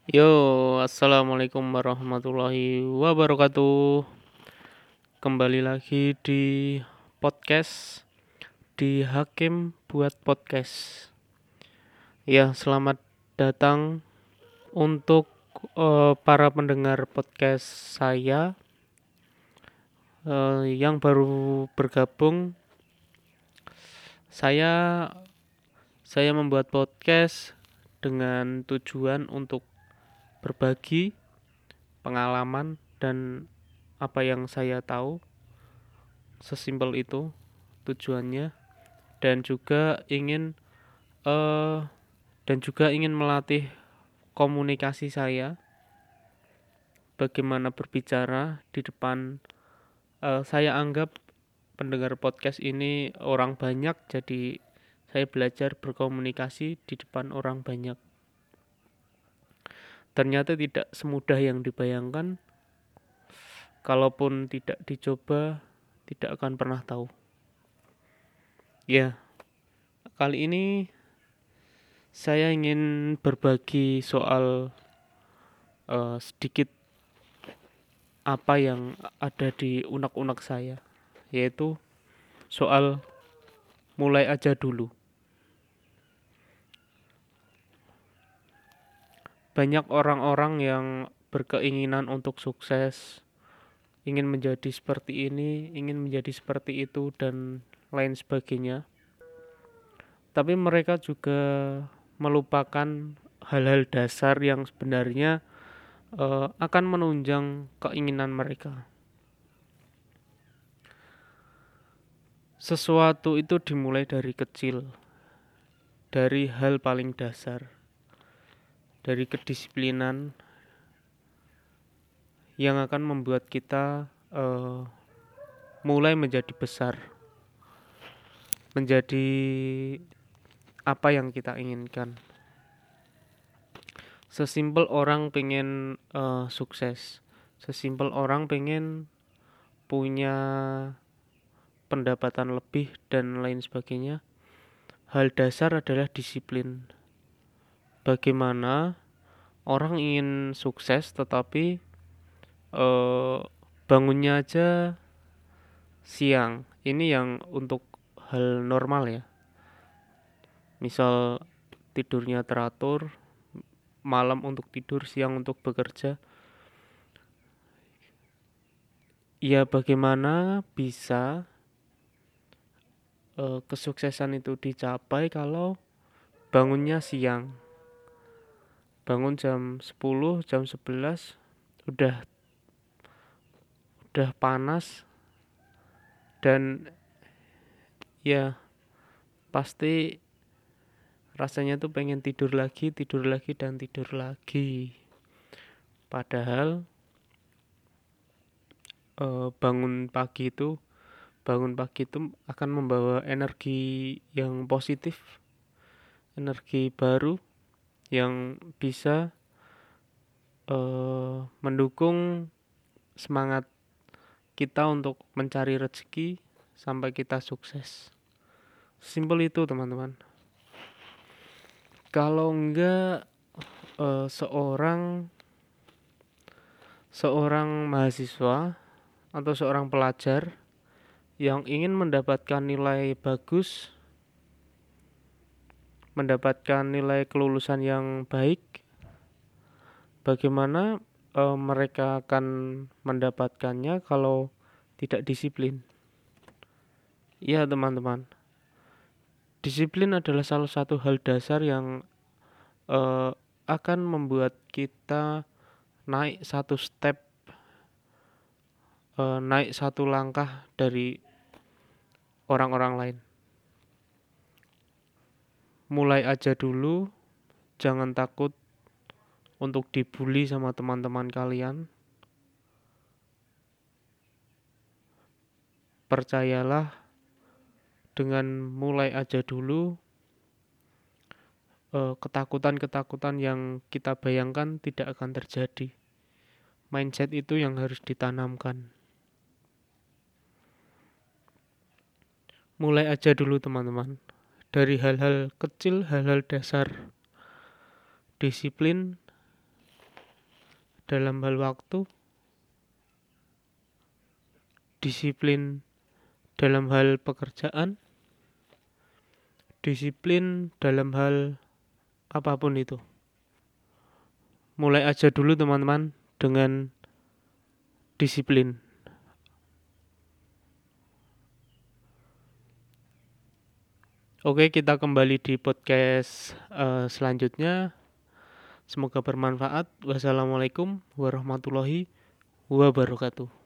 Yo, assalamualaikum warahmatullahi wabarakatuh. Kembali lagi di podcast di Hakim buat podcast. Ya, selamat datang untuk para pendengar podcast saya yang baru bergabung. Saya saya membuat podcast dengan tujuan untuk berbagi pengalaman dan apa yang saya tahu. Sesimpel itu tujuannya, dan juga ingin eh melatih komunikasi saya, bagaimana berbicara di depan. Saya anggap pendengar podcast ini orang banyak, jadi saya belajar berkomunikasi di depan orang banyak. Ternyata tidak semudah yang dibayangkan. Kalaupun tidak dicoba, tidak akan pernah tahu. Ya, kali ini saya ingin berbagi soal sedikit apa yang ada di unek-unek saya, yaitu soal mulai aja dulu. Banyak orang-orang yang berkeinginan untuk sukses, ingin menjadi seperti ini, ingin menjadi seperti itu, dan lain sebagainya. Tapi mereka juga melupakan hal-hal dasar yang sebenarnya akan menunjang keinginan mereka. Sesuatu itu dimulai dari kecil, dari hal paling dasar, dari kedisiplinan yang akan membuat kita mulai menjadi besar, menjadi apa yang kita inginkan. Sesimpel orang pengen sukses, sesimpel orang pengen punya pendapatan lebih dan lain sebagainya. Hal dasar adalah disiplin. Bagaimana orang ingin sukses tetapi eh, bangunnya aja siang. Ini yang untuk hal normal ya. Misal tidurnya teratur, malam untuk tidur, siang untuk bekerja. Ya, bagaimana bisa kesuksesan itu dicapai kalau bangunnya siang? Bangun jam 10, jam 11 udah panas, dan ya pasti rasanya tuh pengen tidur lagi dan tidur lagi. Padahal bangun pagi itu akan membawa energi yang positif, energi baru yang bisa mendukung semangat kita untuk mencari rezeki sampai kita sukses. Simpel itu, teman-teman. Kalau enggak seorang mahasiswa atau seorang pelajar yang ingin mendapatkan nilai bagus, mendapatkan nilai kelulusan yang baik, bagaimana mereka akan mendapatkannya kalau tidak disiplin? Ya, teman-teman, disiplin adalah salah satu hal dasar yang akan membuat kita naik satu step, naik satu langkah dari orang-orang lain. Mulai aja dulu, jangan takut untuk dibully sama teman-teman kalian. Percayalah, dengan mulai aja dulu, ketakutan-ketakutan yang kita bayangkan tidak akan terjadi. Mindset itu yang harus ditanamkan. Mulai aja dulu, teman-teman. Dari hal-hal kecil, hal-hal dasar. Disiplin dalam hal waktu, disiplin dalam hal pekerjaan, disiplin dalam hal apapun itu. Mulai aja dulu teman-teman dengan disiplin. Oke, kita kembali di podcast selanjutnya. Semoga bermanfaat. Wassalamualaikum warahmatullahi wabarakatuh.